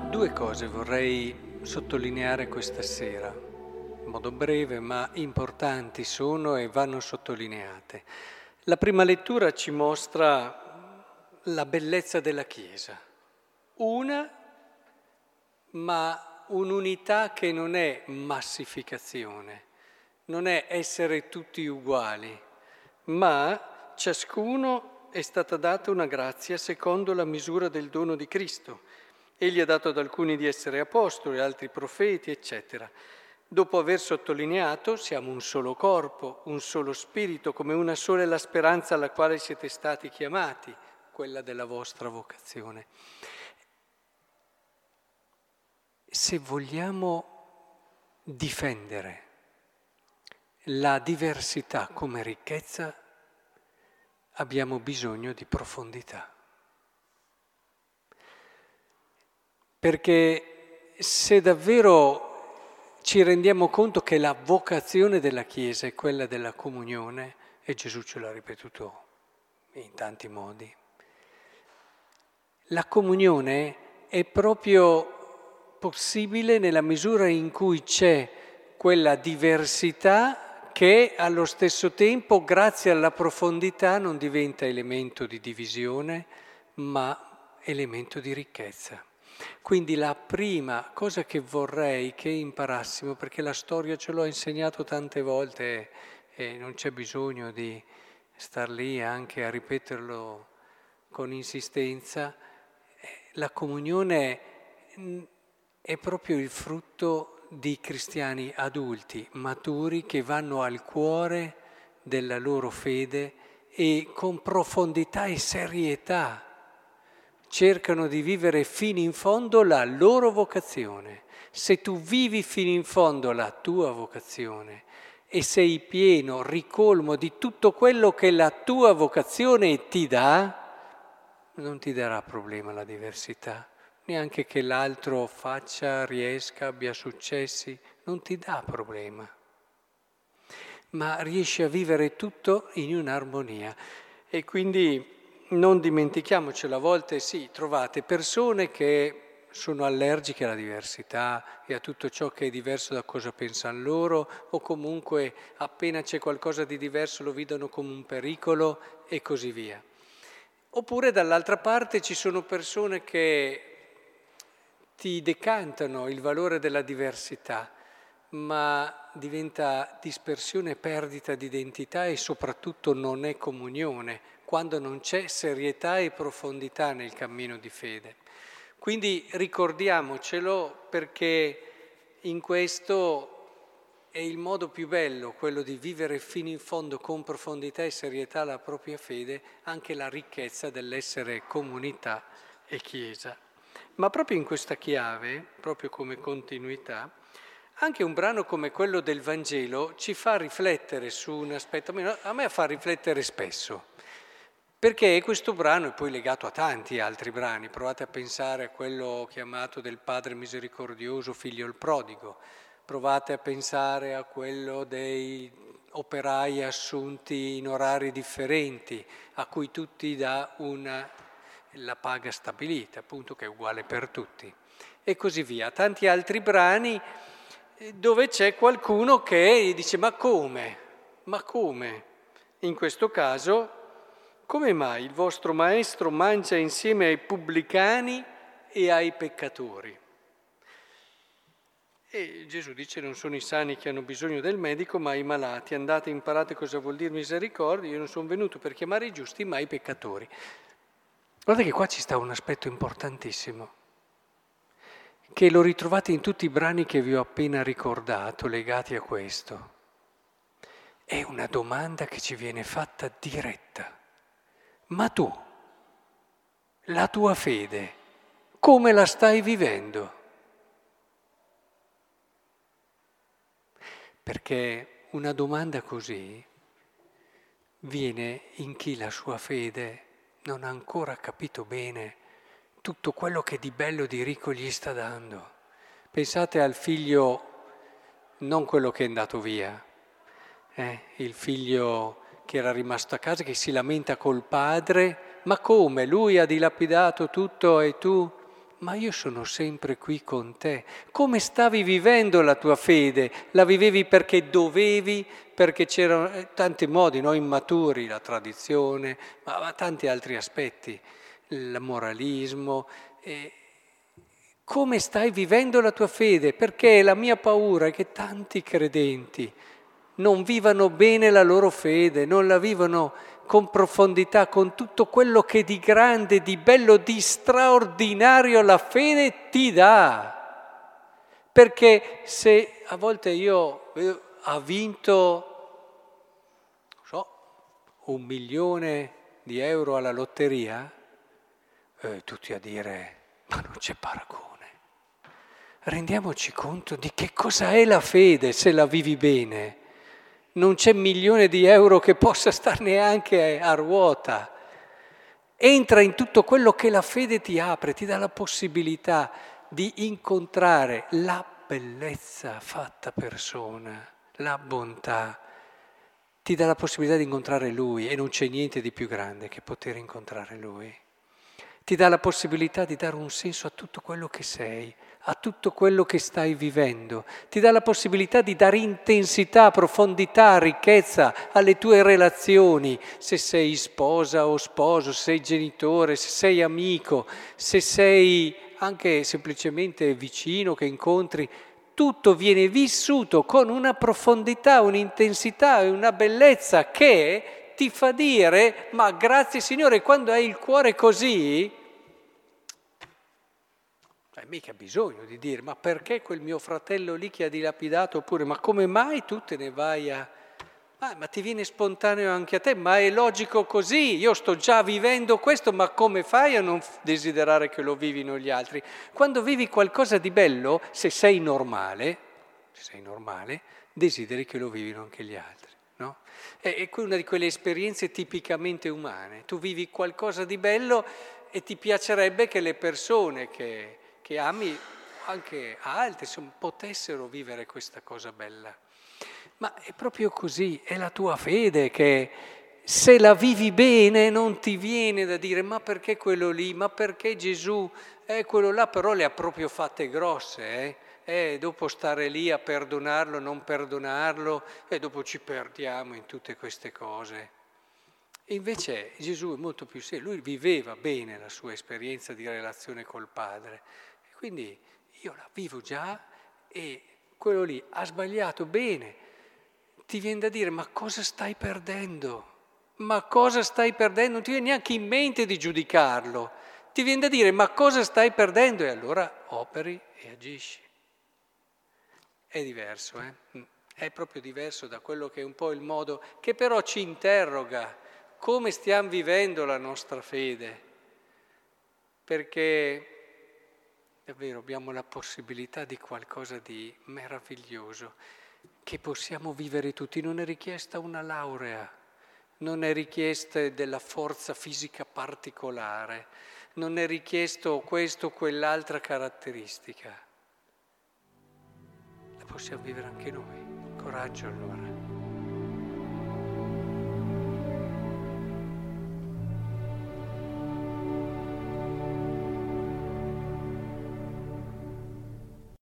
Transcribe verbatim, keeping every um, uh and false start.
Due cose vorrei sottolineare questa sera, in modo breve, ma importanti sono e vanno sottolineate. La prima lettura ci mostra la bellezza della Chiesa, una, ma un'unità che non è massificazione, non è essere tutti uguali, ma ciascuno è stata data una grazia secondo la misura del dono di Cristo. Egli ha dato ad alcuni di essere apostoli, altri profeti, eccetera. Dopo aver sottolineato, siamo un solo corpo, un solo spirito, come una sola è la speranza alla quale siete stati chiamati, quella della vostra vocazione. Se vogliamo difendere la diversità come ricchezza, abbiamo bisogno di profondità. Perché se davvero ci rendiamo conto che la vocazione della Chiesa è quella della comunione, e Gesù ce l'ha ripetuto in tanti modi, la comunione è proprio possibile nella misura in cui c'è quella diversità che allo stesso tempo, grazie alla profondità, non diventa elemento di divisione, ma elemento di ricchezza. Quindi la prima cosa che vorrei che imparassimo, perché la storia ce l'ho insegnato tante volte e non c'è bisogno di star lì anche a ripeterlo con insistenza, la comunione è proprio il frutto di cristiani adulti, maturi, che vanno al cuore della loro fede e con profondità e serietà cercano di vivere fino in fondo la loro vocazione. Se tu vivi fino in fondo la tua vocazione e sei pieno, ricolmo di tutto quello che la tua vocazione ti dà, non ti darà problema la diversità, neanche che l'altro faccia, riesca, abbia successi, non ti dà problema. Ma riesci a vivere tutto in un'armonia. E quindi non dimentichiamocelo, a volte sì, trovate persone che sono allergiche alla diversità e a tutto ciò che è diverso da cosa pensano loro, o comunque appena c'è qualcosa di diverso lo vedono come un pericolo e così via. Oppure dall'altra parte ci sono persone che ti decantano il valore della diversità, ma diventa dispersione e perdita di identità e soprattutto non è comunione, quando non c'è serietà e profondità nel cammino di fede. Quindi ricordiamocelo, perché in questo è il modo più bello, quello di vivere fino in fondo con profondità e serietà la propria fede, anche la ricchezza dell'essere comunità e Chiesa. Ma proprio in questa chiave, proprio come continuità, anche un brano come quello del Vangelo ci fa riflettere su un aspetto, a me fa riflettere spesso, perché questo brano è poi legato a tanti altri brani. Provate a pensare a quello chiamato del Padre misericordioso, Figlio il prodigo, provate a pensare a quello dei operai assunti in orari differenti, a cui tutti dà una, la paga stabilita, appunto, che è uguale per tutti, e così via. Tanti altri brani dove c'è qualcuno che dice ma come? Ma come? In questo caso, come mai il vostro maestro mangia insieme ai pubblicani e ai peccatori? E Gesù dice non sono i sani che hanno bisogno del medico, ma i malati. Andate e imparate cosa vuol dire misericordia. Io non sono venuto per chiamare i giusti, ma i peccatori. Guardate che qua ci sta un aspetto importantissimo, che lo ritrovate in tutti i brani che vi ho appena ricordato, legati a questo. È una domanda che ci viene fatta diretta. Ma tu, la tua fede, come la stai vivendo? Perché una domanda così viene in chi la sua fede non ha ancora capito bene tutto quello che di bello e di ricco gli sta dando. Pensate al figlio, non quello che è andato via, eh, il figlio che era rimasto a casa, che si lamenta col padre, ma come? Lui ha dilapidato tutto e tu ma io sono sempre qui con te. Come stavi vivendo la tua fede? La vivevi perché dovevi, perché c'erano eh, tanti modi, no? Immaturi, la tradizione, ma, ma tanti altri aspetti, il moralismo. Eh, come stai vivendo la tua fede? Perché la mia paura è che tanti credenti non vivano bene la loro fede, non la vivono con profondità, con tutto quello che di grande, di bello, di straordinario la fede ti dà. Perché se a volte io eh, ha vinto, non so, un milione di euro alla lotteria, eh, tutti a dire, ma non c'è paragone. Rendiamoci conto di che cosa è la fede se la vivi bene. Non c'è milione di euro che possa star neanche a ruota. Entra in tutto quello che la fede ti apre, ti dà la possibilità di incontrare la bellezza fatta persona, la bontà. Ti dà la possibilità di incontrare Lui e non c'è niente di più grande che poter incontrare Lui. Ti dà la possibilità di dare un senso a tutto quello che sei, a tutto quello che stai vivendo. Ti dà la possibilità di dare intensità, profondità, ricchezza alle tue relazioni. Se sei sposa o sposo, se sei genitore, se sei amico, se sei anche semplicemente vicino che incontri, tutto viene vissuto con una profondità, un'intensità e una bellezza che ti fa dire, ma grazie Signore, quando hai il cuore così, hai mica bisogno di dire, ma perché quel mio fratello lì che ha dilapidato, oppure ma come mai tu te ne vai a... Ah, ma ti viene spontaneo anche a te, ma è logico così, io sto già vivendo questo, ma come fai a non desiderare che lo vivino gli altri? Quando vivi qualcosa di bello, se sei normale, se sei normale, desideri che lo vivino anche gli altri, no? È, è una di quelle esperienze tipicamente umane, tu vivi qualcosa di bello e ti piacerebbe che le persone che... che ami anche altri, insomma, potessero vivere questa cosa bella. Ma è proprio così, è la tua fede che se la vivi bene non ti viene da dire ma perché quello lì, ma perché Gesù, eh, quello là però le ha proprio fatte grosse, eh? Eh, dopo stare lì a perdonarlo, non perdonarlo, e eh, dopo ci perdiamo in tutte queste cose. E invece Gesù è molto più serio, lui viveva bene la sua esperienza di relazione col Padre. Quindi io la vivo già e quello lì ha sbagliato bene. Ti viene da dire, ma cosa stai perdendo? Ma cosa stai perdendo? Non ti viene neanche in mente di giudicarlo. Ti viene da dire, ma cosa stai perdendo? E allora operi e agisci. È diverso, eh? È proprio diverso da quello che è un po' il modo che però ci interroga. Come stiamo vivendo la nostra fede? Perché... davvero abbiamo la possibilità di qualcosa di meraviglioso che possiamo vivere tutti. Non è richiesta una laurea, non è richiesta della forza fisica particolare, non è richiesto questo o quell'altra caratteristica. La possiamo vivere anche noi. Coraggio allora.